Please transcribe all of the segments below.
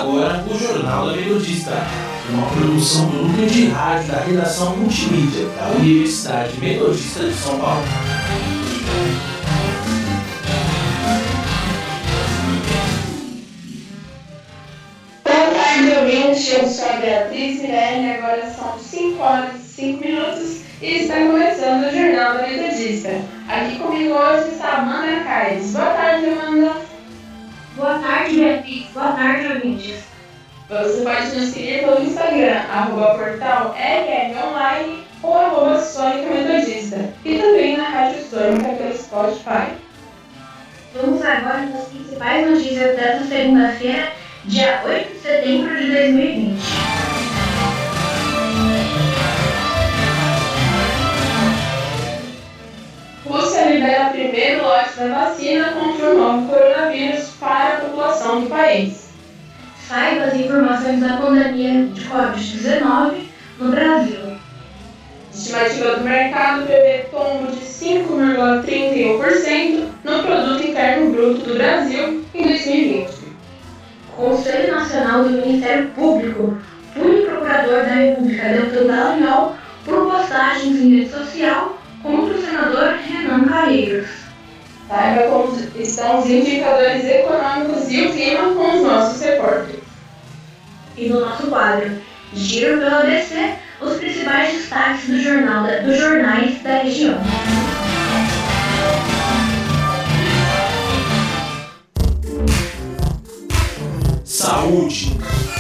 agora o Jornal da Metodista, uma produção do núcleo de rádio da redação multimídia da Universidade Metodista de São Paulo. Boa tarde, ouvintes. Eu sou a Beatriz Mirelli, agora são 5 horas e 5 minutos e está começando o Jornal da Metodista. Aqui comigo hoje está a Amanda Caires. Boa tarde, Amanda. Boa tarde, Beatriz. Boa tarde, ouvintes. Você pode nos seguir pelo Instagram, @portal RMonline ou @Sônica Metodista, e também na Rádio Sônica pelo Spotify. Vamos agora para as principais notícias desta segunda-feira, dia 8 de setembro de 2020. Rússia libera o primeiro lote da vacina contra o novo coronavírus para a população do país. Saiba as informações da pandemia de Covid-19 no Brasil. Estimativa do mercado prevê tombo de 5,31% no Produto Interno Bruto do Brasil em 2020. Conselho Nacional do Ministério Público pune procurador da República Deltan Dallagnol por postagens em rede social contra o senador Renan Calheiros. Saiba como estão os indicadores econômicos e o clima com os nossos repórteres. E no nosso quadro Giro pelo ABC, os principais destaques dos jornais da região. Saúde.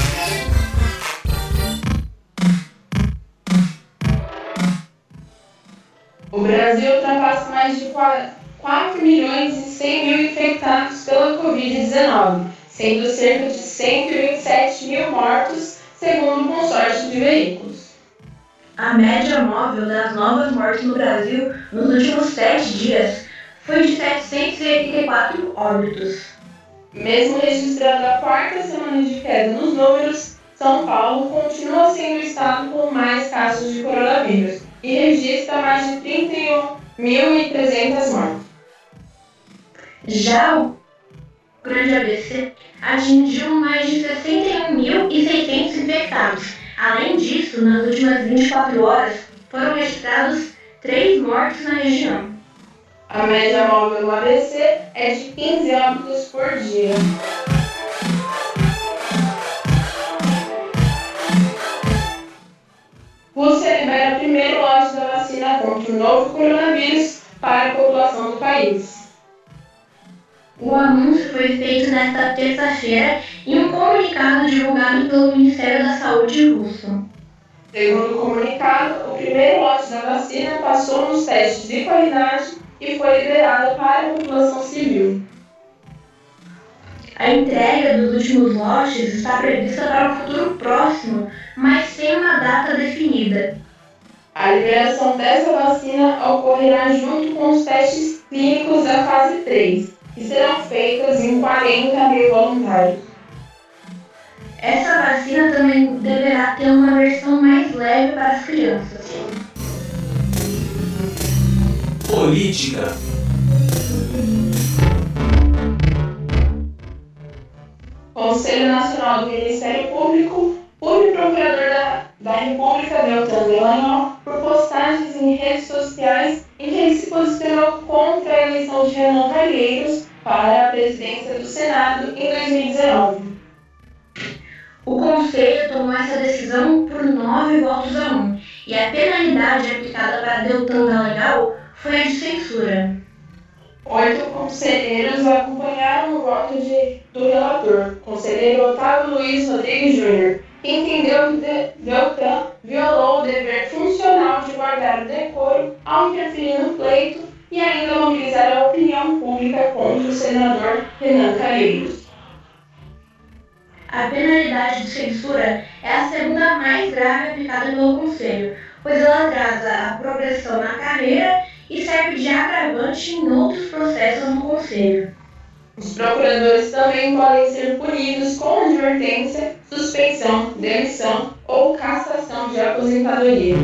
O Brasil ultrapassa mais de 4 milhões e 100 mil infectados pela Covid-19, sendo cerca de 127 mil mortos, segundo o consórcio de veículos. A média móvel das novas mortes no Brasil nos últimos 7 dias foi de 784 óbitos. Mesmo registrando a quarta semana de queda nos números, São Paulo continua sendo o estado com mais casos de coronavírus e registra mais de 31.300 mortes. Já o Grande ABC atingiu mais de 61.600 infectados. Além disso, nas últimas 24 horas, foram registrados 3 mortes na região. A média móvel no ABC é de 15 óbitos por dia. Rússia libera o primeiro lote da vacina contra o novo coronavírus para a população do país. O anúncio foi feito nesta terça-feira em um comunicado divulgado pelo Ministério da Saúde russo. Segundo o comunicado, o primeiro lote da vacina passou nos testes de qualidade e foi liberada para a população civil. A entrega dos últimos lotes está prevista para um futuro próximo, mas sem uma data definida. A liberação dessa vacina ocorrerá junto com os testes clínicos da fase 3, que serão feitos em 40 mil voluntários. Essa vacina também deverá ter uma versão mais leve para as crianças. Política. Conselho Nacional do Ministério Público pune o procurador da República Deltan Dallagnol por postagens em redes sociais em que ele se posicionou contra a eleição de Renan Calheiros para a presidência do Senado em 2019. O Conselho tomou essa decisão por 9 votos a 1 e a penalidade aplicada para Deltan Dallagnol foi a de censura. 8 conselheiros acompanharam o voto do relator, conselheiro Otávio Luiz Rodrigues Júnior, que entendeu que Deltan violou o dever funcional de guardar o decoro ao interferir no pleito e ainda mobilizar a opinião pública contra o senador Renan Calheiros. A penalidade de censura é a segunda mais grave aplicada pelo Conselho, pois ela atrasa a progressão na carreira e serve de agravante em outros processos no Conselho. Os procuradores também podem ser punidos com advertência, suspensão, demissão ou cassação de aposentadoria.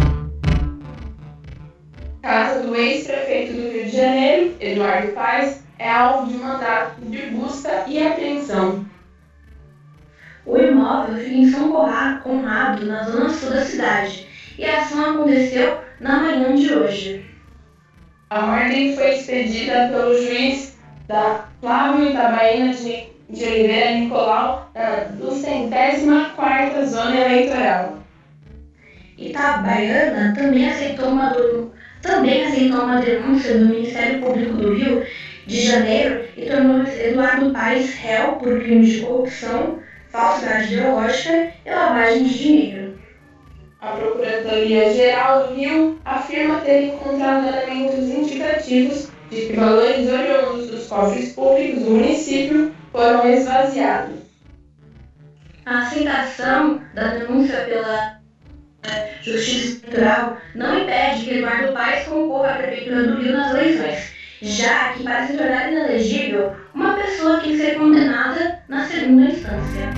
Casa do ex-prefeito do Rio de Janeiro, Eduardo Paes, é alvo de mandato de busca e apreensão. O imóvel fica em São Conrado, na zona sul da cidade, e a ação aconteceu na manhã de hoje. A ordem foi expedida pelo juiz da Flávio Itabaína de Oliveira Nicolau, do 104ª Zona Eleitoral. Itabaiana também aceitou uma denúncia do Ministério Público do Rio de Janeiro e tornou Eduardo Paes réu por crimes de corrupção, falsidade ideológica e lavagem de dinheiro. A Procuradoria-Geral do Rio afirma ter encontrado elementos indicativos de que valores oriundos dos cofres públicos do município foram esvaziados. A aceitação da denúncia pela Justiça Eleitoral não impede que Eduardo Paes concorra à Prefeitura do Rio nas eleições, já que, para se tornar inelegível, uma pessoa tem que ser condenada na segunda instância.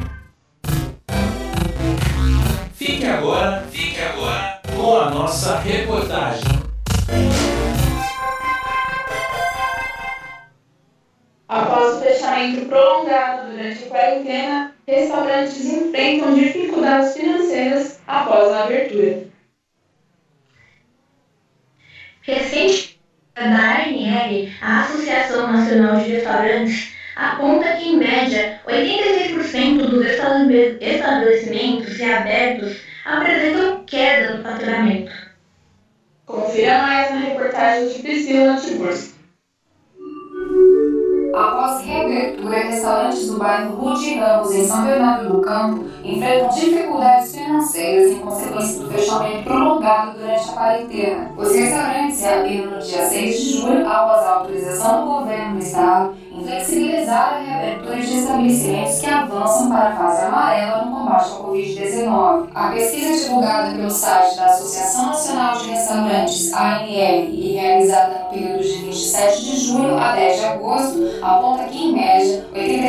Fique agora com a nossa reportagem. Após o fechamento prolongado durante a quarentena, restaurantes enfrentam dificuldades financeiras após a abertura. Recentemente, da ANR, a Associação Nacional de Restaurantes, aponta que, em média, 86% dos estabelecimentos reabertos apresentam queda no faturamento. Confira mais na reportagem de Priscila Tiburcio. Após reabertura, restaurantes do bairro Rude Ramos, em São Bernardo do Campo, enfrentam dificuldades financeiras em consequência do fechamento prolongado durante a quarentena. Os restaurantes reabriram no dia 6 de julho, após a autorização do governo do estado em flexibilizar a reabertura de estabelecimentos que avançam para a fase amarela no combate ao Covid-19. A pesquisa divulgada pelo site da Associação Nacional de Restaurantes, ANR, e realizada no período de 27 de julho a 10 de agosto, aponta que, em média,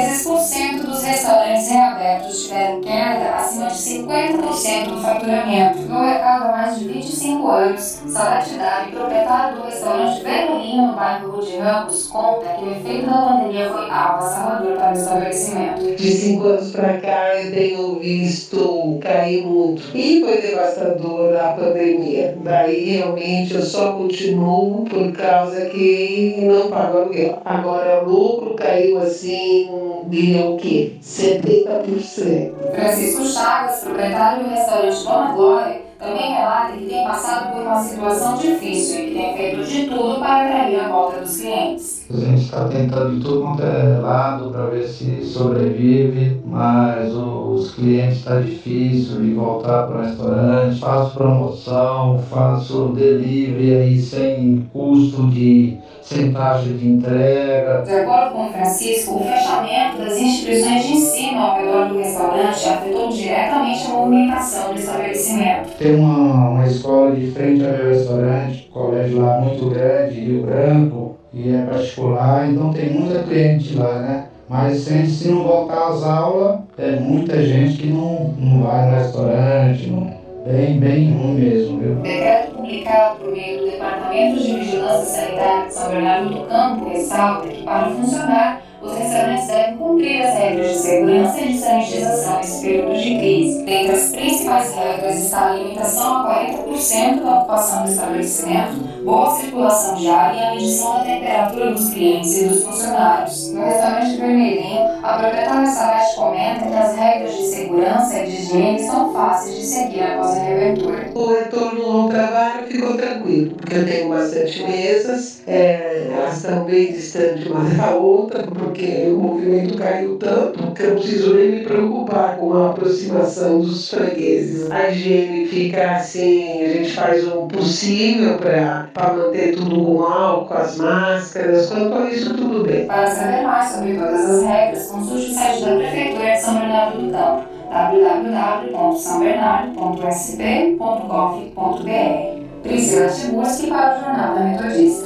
86% dos restaurantes reabertos tiveram queda acima de 50% do faturamento. No mercado há mais de 25 anos, Salete Dari, proprietário do restaurante Vermelhinho no bairro Rude Ramos, conta que o efeito da pandemia foi avassalador para o estabelecimento. De 5 anos para cá eu tenho visto cair muito e foi devastador a pandemia. Daí realmente eu só continuo por causa que não pago aluguel. Agora o lucro caiu assim, diria o quê? 70%. Francisco Chagas, proprietário do restaurante Dona Glória, também relata que tem passado por uma situação difícil e que tem feito de tudo para atrair a volta dos clientes. A gente está tentando de tudo quanto é lado para ver se sobrevive, mas os clientes está difícil de voltar para o restaurante. Faço promoção, faço delivery aí sem custo sem taxa de entrega. De acordo com Francisco, o fechamento das instituições de ensino ao redor do restaurante afetou diretamente a movimentação do estabelecimento. Tem uma escola de frente ao meu restaurante, um colégio lá muito grande, Rio Branco, e é particular, então tem muita cliente lá, né? Mas se não voltar às aulas, é muita gente que não vai no restaurante, bem ruim mesmo, viu? Decreto publicado por meio do Departamento de Vigilância Sanitária de São Bernardo do Campo ressalta que, para funcionar, os restaurantes devem cumprir as regras de segurança e de sanitização nesse período de crise. Dentre as principais regras está a limitação a 40% da ocupação do estabelecimento, boa circulação de ar e a medição da temperatura dos clientes e dos funcionários. No restaurante Vermelhinho, a proprietária Salete comenta que as regras de segurança e de higiene são fáceis de seguir após a reabertura. O retorno ao trabalho ficou tranquilo, porque eu tenho bastante mesas, elas estão bem distantes uma da outra, porque o movimento caiu tanto que eu não preciso nem me preocupar com a aproximação dos fregueses. A higiene fica assim, a gente faz o possível para manter tudo com álcool, as máscaras, quanto a isso tudo bem. Para saber mais sobre todas as regras, consulte o site da Prefeitura de São Bernardo do Campo, www.sãobernardo.sp.gov.br. Priscila Tiburcio para o Jornal da Metodista.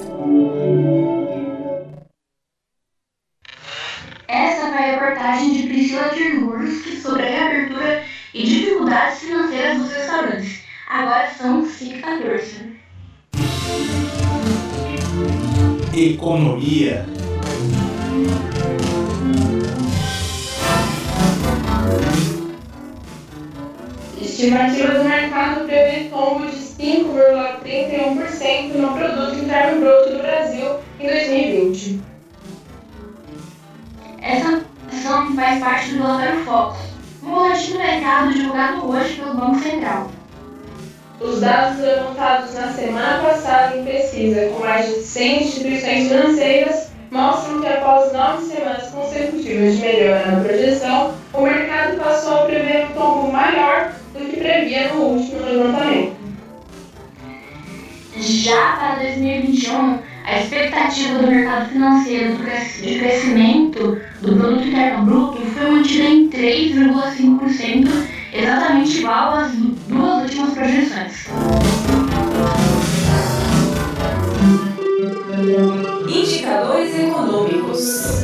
Essa foi a reportagem de Priscila Tiburcio sobre a reabertura e dificuldades financeiras dos restaurantes. Agora são 5h14. Economia. Estimativa do mercado prevê tombo de 5,31% no Produto Interno Bruto do Brasil em 2020. Essa ação faz parte do relatório Focus, um boletim do mercado divulgado hoje pelo Banco Central. Os dados levantados na semana passada em pesquisa com mais de 100 instituições financeiras mostram que após 9 semanas consecutivas de melhora na projeção, o mercado passou a prever um tombo maior do que previa no último levantamento. Já para 2021, a expectativa do mercado financeiro de crescimento do Produto Interno Bruto foi mantida em 3,5%, exatamente igual às duas últimas projeções. Indicadores econômicos.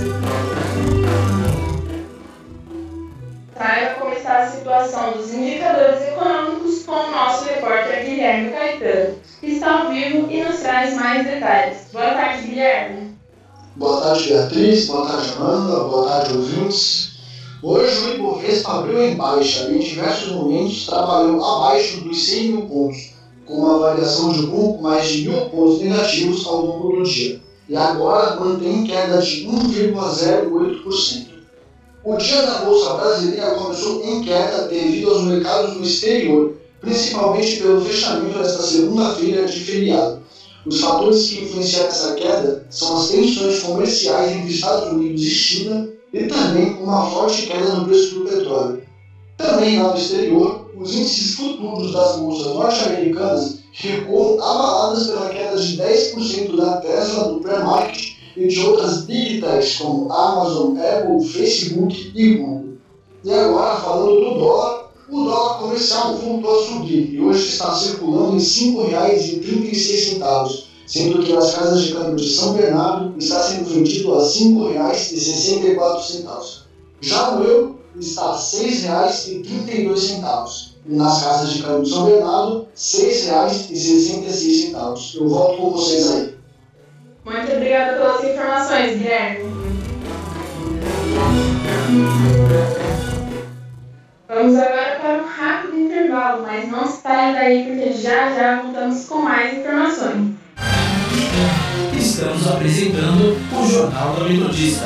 Saiba como está a situação dos indicadores econômicos com o nosso repórter Guilherme Caetano, que está ao vivo e nos traz mais detalhes. Boa tarde, Guilherme. Boa tarde, Beatriz. Boa tarde, Amanda. Boa tarde, ouvintes. Hoje o Ibovespa abriu em baixa e em diversos momentos trabalhou abaixo dos 100 mil pontos, com uma variação de um pouco mais de 1.000 pontos negativos ao longo do dia, e agora mantém queda de 1,08%. O dia da Bolsa Brasileira começou em queda devido aos mercados no exterior, principalmente pelo fechamento desta segunda-feira de feriado. Os fatores que influenciaram essa queda são as tensões comerciais entre Estados Unidos e China e também uma forte queda no preço do petróleo. Também lá no exterior, os índices futuros das bolsas norte-americanas recuam abaladas pela queda de 10% da Tesla do pré-market e de outras big techs como Amazon, Apple, Facebook e Google. E agora, falando do dólar, o dólar comercial voltou a subir e hoje está circulando em R$ 5,36, sendo que nas casas de câmbio de São Bernardo está sendo vendido a R$ 5,64. Já o euro está a R$ 6,32 e nas casas de câmbio de São Bernardo R$ 6,66. Eu volto com vocês aí. Muito obrigada pelas informações, Guilherme. Vamos agora para um rápido intervalo, mas não saia daí porque já voltamos com mais informações. Estamos apresentando o Jornal da Metodista.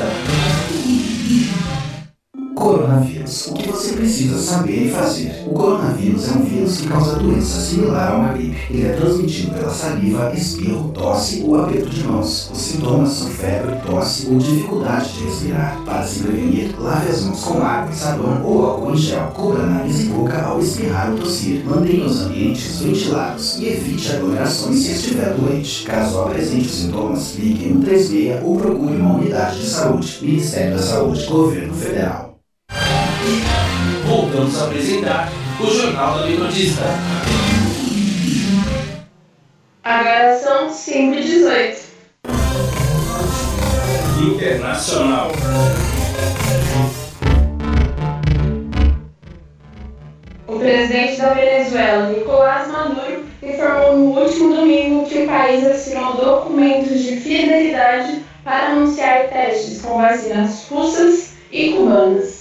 Coronavírus. O que você precisa saber e fazer? O coronavírus é um vírus que causa doença similar a uma gripe. Ele é transmitido pela saliva, espirro, tosse ou aperto de mãos. Os sintomas são febre, tosse ou dificuldade de respirar. Para se prevenir, lave as mãos com água e sabão ou álcool em gel. Cubra nariz e boca ao espirrar ou tossir. Mantenha os ambientes ventilados e evite aglomerações se estiver doente. Caso apresente os sintomas, ligue 136 ou procure uma unidade de saúde. Ministério da Saúde, Governo Federal. Voltamos a apresentar o Jornal da Metodista. Agora são 5h18. Internacional. O presidente da Venezuela, Nicolás Maduro, informou no último domingo que o país assinou documentos de fidelidade para anunciar testes com vacinas russas e cubanas.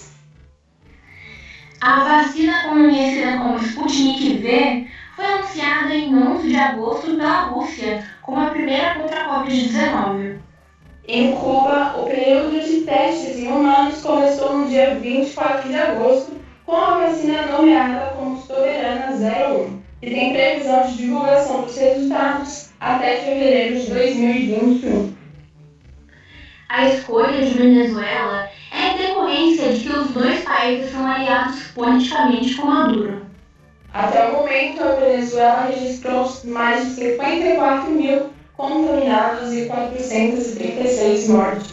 A vacina conhecida como Sputnik V foi anunciada em 11 de agosto pela Rússia como a primeira contra a Covid-19. Em Cuba, o período de testes em humanos começou no dia 24 de agosto com a vacina nomeada como Soberana 01 e tem previsão de divulgação dos resultados até fevereiro de 2021. A escolha de Venezuela é em decorrência de que os dois países são aliados politicamente com Maduro. Até o momento, a Venezuela registrou mais de 54 mil contaminados e 436 mortes.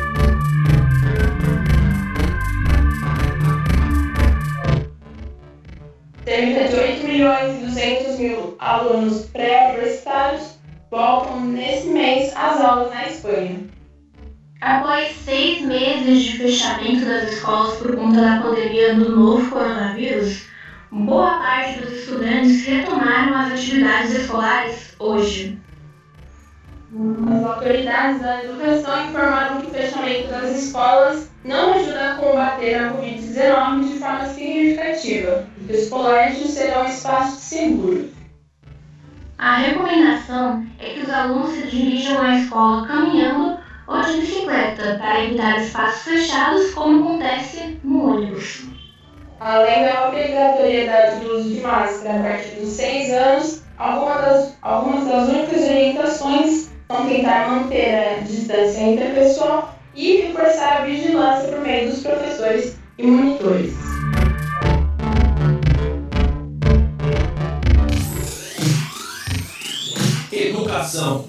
Cerca de 8 milhões e 200 mil alunos pré-universitários voltam nesse mês às aulas na Espanha. Após 6 meses de fechamento das escolas por conta da pandemia do novo coronavírus, boa parte dos estudantes retomaram as atividades escolares hoje. As autoridades da educação informaram que o fechamento das escolas não ajuda a combater a Covid-19 de forma significativa, escolares serão espaços seguros. A recomendação é que os alunos se dirijam à escola caminhando ou de bicicleta para evitar espaços fechados, como acontece no ônibus. Além da obrigatoriedade do uso de máscara a partir dos 6 anos, algumas das únicas orientações são tentar manter a distância interpessoal e reforçar a vigilância por meio dos professores e monitores. Educação.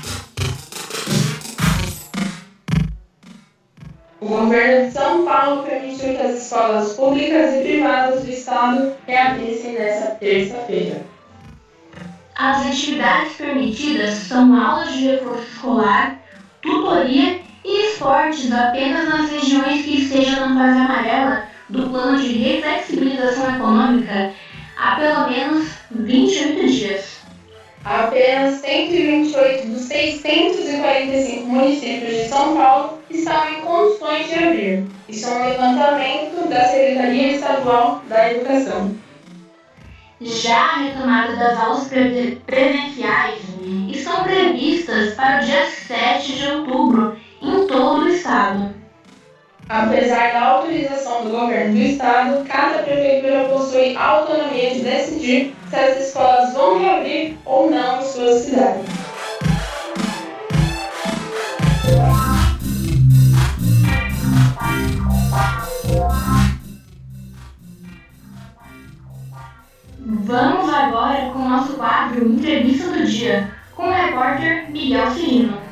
O governo de São Paulo permitiu que as escolas públicas e privadas do estado reabrissem nesta terça-feira. As atividades permitidas são aulas de reforço escolar, tutoria e esportes apenas nas regiões que estejam na fase amarela do plano de reflexibilização econômica há pelo menos 28 dias. Apenas 128 dos 645 municípios de São Paulo estão em condições de abrir. Isso é um levantamento da Secretaria Estadual da Educação. Já a retomada das aulas presenciais estão previstas para o dia 7 de outubro em todo o estado. Apesar da autorização do governo do estado, cada prefeitura possui autonomia de decidir se as escolas vão reabrir ou não em suas cidades. Vamos agora com o nosso quadro Entrevista do Dia, com o repórter Miguel Cirino.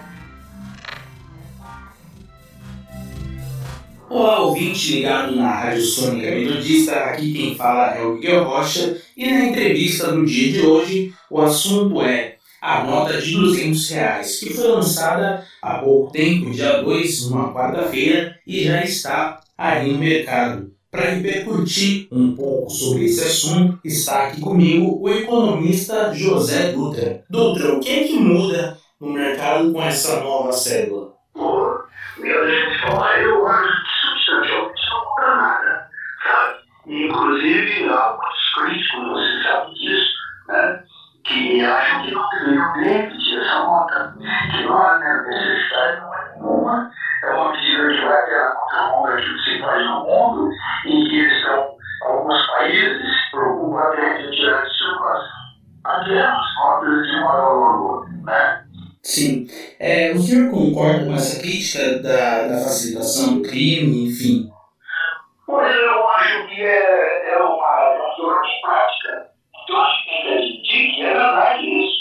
Olá, ouvinte ligado na Rádio Sônica Metodista, aqui quem fala é o Miguel Rocha e na entrevista do dia de hoje o assunto é a nota de R$200, que foi lançada há pouco tempo, dia 2, numa quarta-feira, e já está aí no mercado. Para repercutir um pouco sobre esse assunto, está aqui comigo o economista José Dutra. Dutra, o que é que muda no mercado com essa nova cédula? Deixa eu te falar, eu acho que substancialmente não muda nada, sabe? Inclusive, há muitos críticos, você sabe disso, né? Que acham que não deveriam repetir essa nota, que não há necessidade nenhuma, é uma medida que vai ter a contramão daquilo que se faz no mundo e que alguns países se preocupam até de tirar de circulação. Apenas notas de maior valor, né? Sim. O senhor concorda com essa crítica da facilitação do crime, enfim? Pois eu acho que é uma questão de prática. Então, a gente tem que admitir que é verdade isso.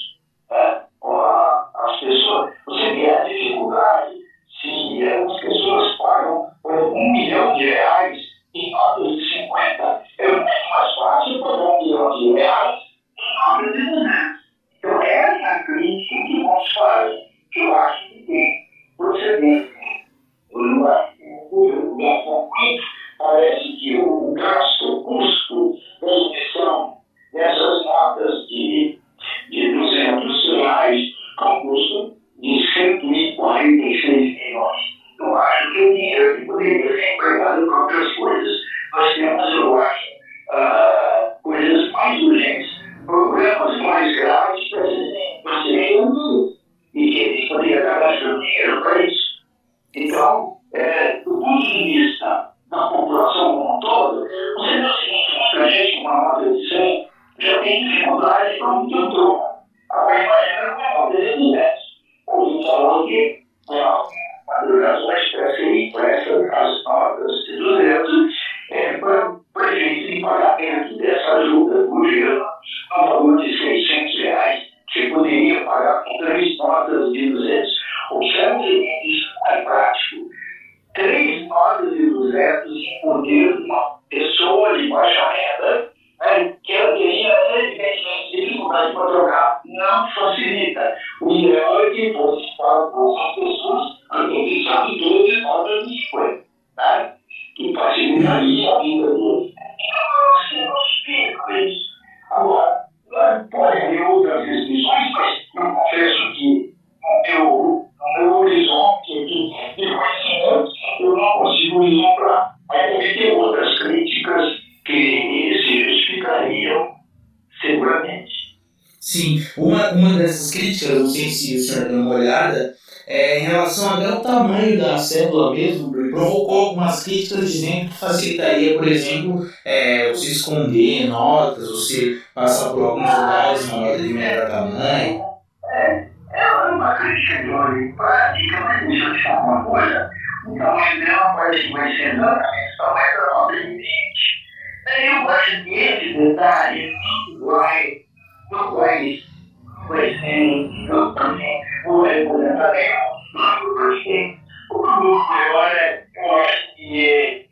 As pessoas, você vê a dificuldade, se as pessoas pagam por R$1 milhão em notas de 50, é muito mais fácil pagar R$1 milhão em notas de 200. Então, essa é a crítica que nós fazem, que eu acho que tem procedência. Eu acho que o governo gasta muito, parece que o gasto, o custo da emissão dessas notas de R$200 é um custo de 146 milhões. Eu acho que o dinheiro que poderia ser empregado para outras coisas. Nós temos, eu acho, coisas mais urgentes, problemas mais graves para serem resolvidos e que eles poderiam estar gastando dinheiro para isso. Então, do ponto de vista da população como um todo, você vê o seguinte, muita gente com uma nota de 100 já tem dificuldade para muito troco. Agora imagina uma nota de 200. A gente falou que uma das razões para serem impressas as notas de 200 para prefeito de pagamento dessa ajuda do governo no valor de R$600, que poderia pagar com 3 notas de 200. Observe que isso não é prático. 3 notas de 200 em poder de uma pessoa de baixa renda, que ela teria, evidentemente, dificuldade para trocar. Não facilita. O ideal é que fosse para as pessoas alfabetizadas todas de notas de 50, né? Que facilitaria a vida deles. Então, nós temos isso. Agora, pode haver outras restrições, mas eu confesso que no meu horizonte aqui de conhecimento, eu não consigo vislumbrar. Mas também tem outras críticas que se justificam Sim, uma dessas críticas, não sei se o senhor deu uma olhada, em relação até ao tamanho da cédula mesmo, provocou algumas críticas dizendo que facilitaria, por exemplo, você esconder notas, você passar por alguns lugares uma nota de menor tamanho. É uma crítica de ordem prática, mas deixa eu te falar uma coisa, o tamanho dela vai ser exatamente o tamanho da nota de 20. Eu acho que esse detalhe não vai representar nenhum, porque o produto maior eu acho que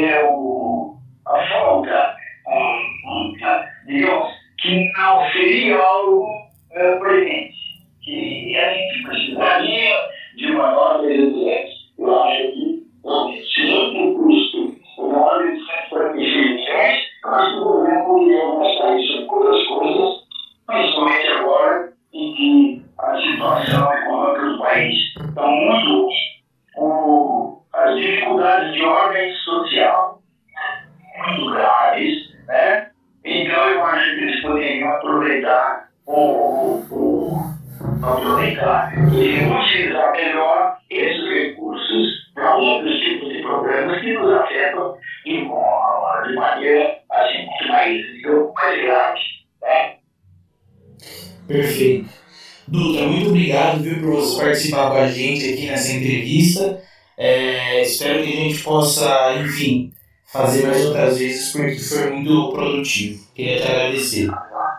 a falta, digamos, que não seria algo presente, que a gente precisaria de uma nota de 200. Eu acho que se não tem custo, uma ordem de 146 milhões, eu acho que o governo poderia gastar isso com outras coisas, principalmente agora em que a situação econômica do país está muito ruim, as dificuldades de ordem social muito graves, né? Então eu acho que eles poderiam aproveitar e utilizar melhor esses recursos para outros tipos de problemas que nos afetam de maneira assim, muito mais grave, né? Perfeito. Dutra, muito obrigado, viu, por você participar com a gente aqui nessa entrevista. Espero que a gente possa, enfim, fazer mais outras vezes, porque foi muito produtivo. Queria te agradecer.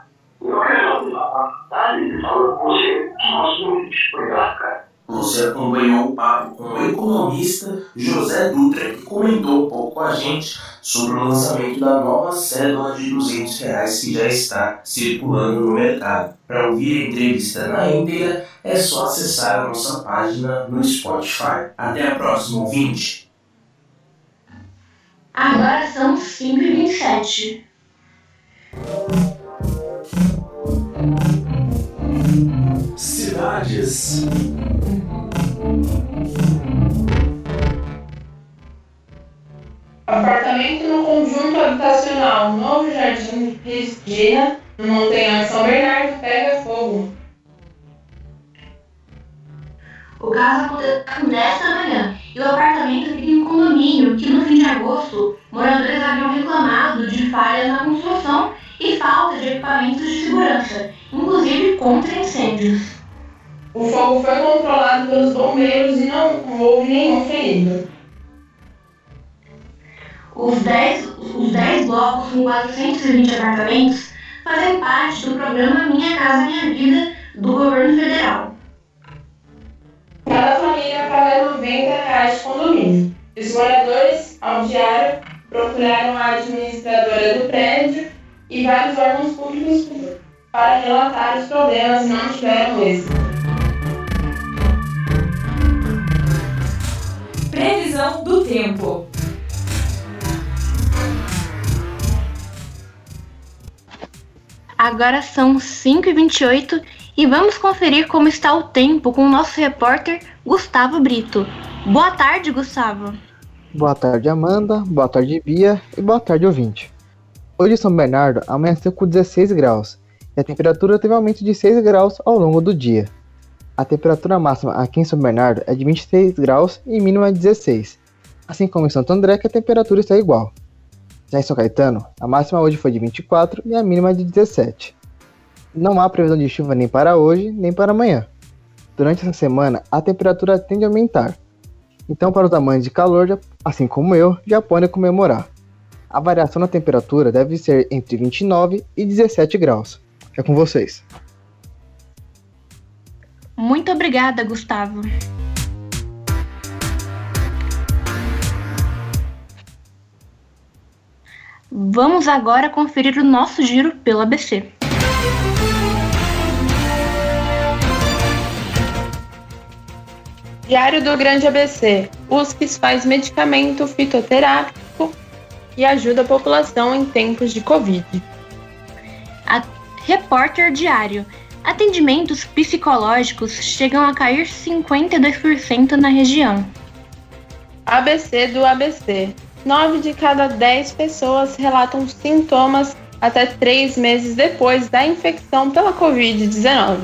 Você acompanhou o papo com o economista José Dutra, que comentou um pouco com a gente sobre o lançamento da nova cédula de R$200 que já está circulando no mercado. Para ouvir a entrevista na íntegra, é só acessar a nossa página no Spotify. Até a próxima, ouvinte! Agora são 5h27. Cidades. Apartamento no conjunto habitacional Novo Jardim Regina, no Montanhão de São Bernardo, pega fogo. O caso aconteceu nesta manhã e o apartamento fica em um condomínio que no fim de agosto moradores haviam reclamado de falhas na construção e falta de equipamentos de segurança, inclusive contra incêndios. O fogo foi controlado pelos bombeiros e não houve nenhum ferido. Os 10 blocos com 420 apartamentos fazem parte do programa Minha Casa Minha Vida do governo federal. Cada família paga R$90 de condomínio. Os moradores, ao diário, procuraram a administradora do prédio e vários órgãos públicos para relatar os problemas e não tiveram êxito. Previsão do tempo. Agora são 5h28 e vamos conferir como está o tempo com o nosso repórter Gustavo Brito. Boa tarde, Gustavo. Boa tarde, Amanda. Boa tarde, Bia. E boa tarde, ouvinte. Hoje em São Bernardo amanheceu com 16 graus e a temperatura teve aumento de 6 graus ao longo do dia. A temperatura máxima aqui em São Bernardo é de 26 graus e mínima de 16. Assim como em Santo André, que a temperatura está igual. Já em São Caetano, a máxima hoje foi de 24 e a mínima de 17. Não há previsão de chuva nem para hoje, nem para amanhã. Durante essa semana, a temperatura tende a aumentar. Então, para os amantes de calor, assim como eu, já podem comemorar. A variação na temperatura deve ser entre 29 e 17 graus. É com vocês. Muito obrigada, Gustavo. Vamos agora conferir o nosso giro pelo ABC. Diário do Grande ABC. USP faz medicamento fitoterápico e ajuda a população em tempos de Covid. Repórter Diário. Atendimentos psicológicos chegam a cair 52% na região. ABC do ABC. 9 de cada 10 pessoas relatam sintomas até 3 meses depois da infecção pela Covid-19.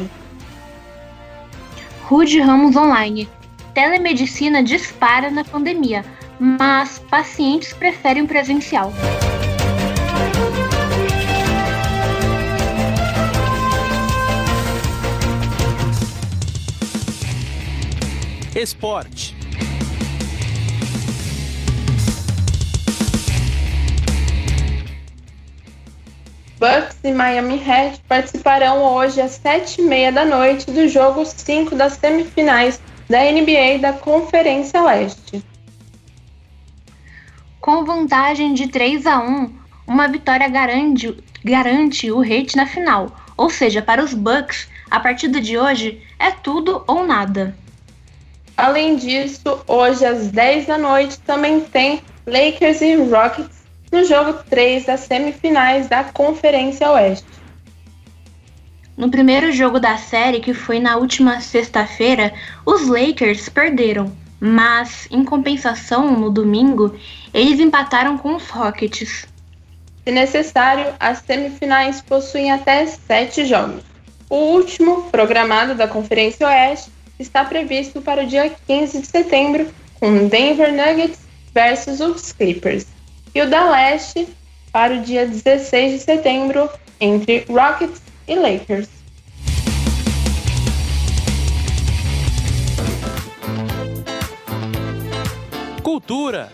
Rude Ramos Online. Telemedicina dispara na pandemia, mas pacientes preferem o presencial. Esporte. Bucks e Miami Heat participarão hoje às 7h30 da noite do jogo 5 das semifinais da NBA da Conferência Leste. Com vantagem de 3-1, uma vitória garante o Heat na final. Ou seja, para os Bucks, a partida de hoje é tudo ou nada. Além disso, hoje às 10 da noite também tem Lakers e Rockets no jogo 3 das semifinais da Conferência Oeste. No primeiro jogo da série, que foi na última sexta-feira, os Lakers perderam, mas, em compensação, no domingo, eles empataram com os Rockets. Se necessário, as semifinais possuem até 7 jogos. O último, programado da Conferência Oeste, está previsto para o dia 15 de setembro, com Denver Nuggets versus os Clippers. E o da Leste, para o dia 16 de setembro, entre Rockets e Lakers. Cultura.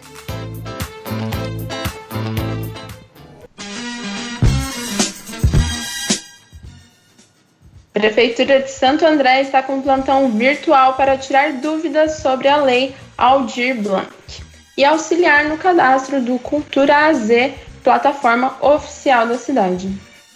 A Prefeitura de Santo André está com um plantão virtual para tirar dúvidas sobre a Lei Aldir Blanc e auxiliar no cadastro do Cultura AZ, plataforma oficial da cidade.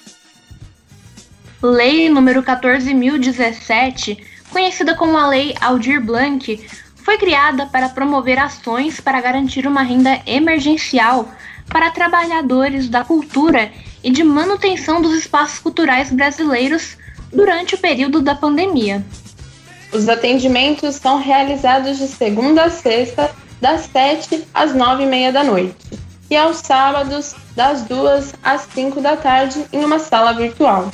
Lei número 14.017, conhecida como a Lei Aldir Blanc, foi criada para promover ações para garantir uma renda emergencial para trabalhadores da cultura e de manutenção dos espaços culturais brasileiros durante o período da pandemia. Os atendimentos são realizados de segunda a sexta, das 7 às 9h30 da noite, e aos sábados, das 2 às 5 da tarde, em uma sala virtual.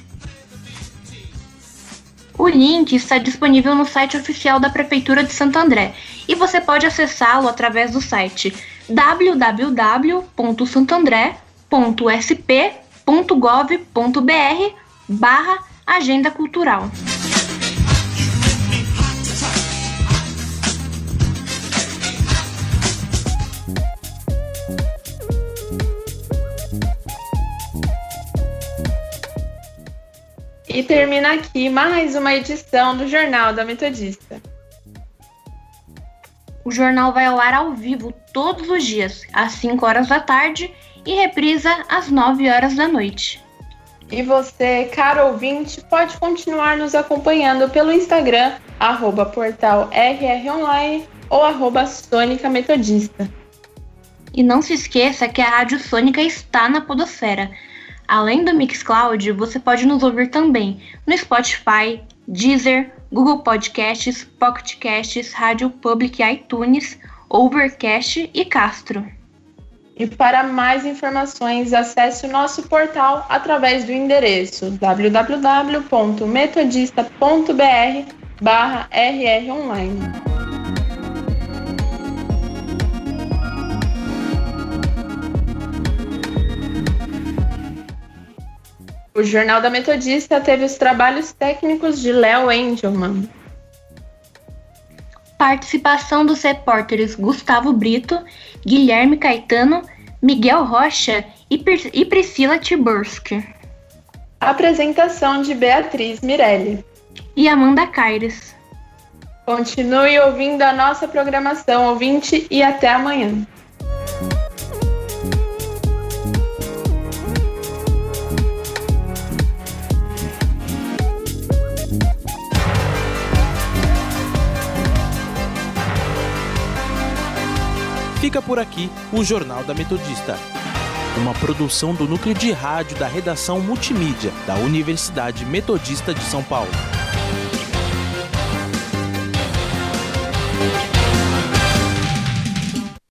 O link está disponível no site oficial da Prefeitura de Santo André e você pode acessá-lo através do site www.santandré.sp.gov.br/agenda cultural. E termina aqui mais uma edição do Jornal da Metodista. O jornal vai ao ar ao vivo todos os dias, às 5 horas da tarde e reprisa às 9 horas da noite. E você, caro ouvinte, pode continuar nos acompanhando pelo Instagram, @portalrronline ou @sônica-metodista. E não se esqueça que a Rádio Sônica está na podosfera. Além do Mixcloud, você pode nos ouvir também no Spotify, Deezer, Google Podcasts, Pocket Casts, Rádio Public, iTunes, Overcast e Castro. E para mais informações, acesse o nosso portal através do endereço www.metodista.br/rronline. O Jornal da Metodista teve os trabalhos técnicos de Léo Engelman. Participação dos repórteres Gustavo Brito, Guilherme Caetano, Miguel Rocha e Priscila Tiburski. Apresentação de Beatriz Mirelli e Amanda Caires. Continue ouvindo a nossa programação, ouvinte, e até amanhã. Fica por aqui o Jornal da Metodista, uma produção do Núcleo de Rádio da Redação Multimídia da Universidade Metodista de São Paulo.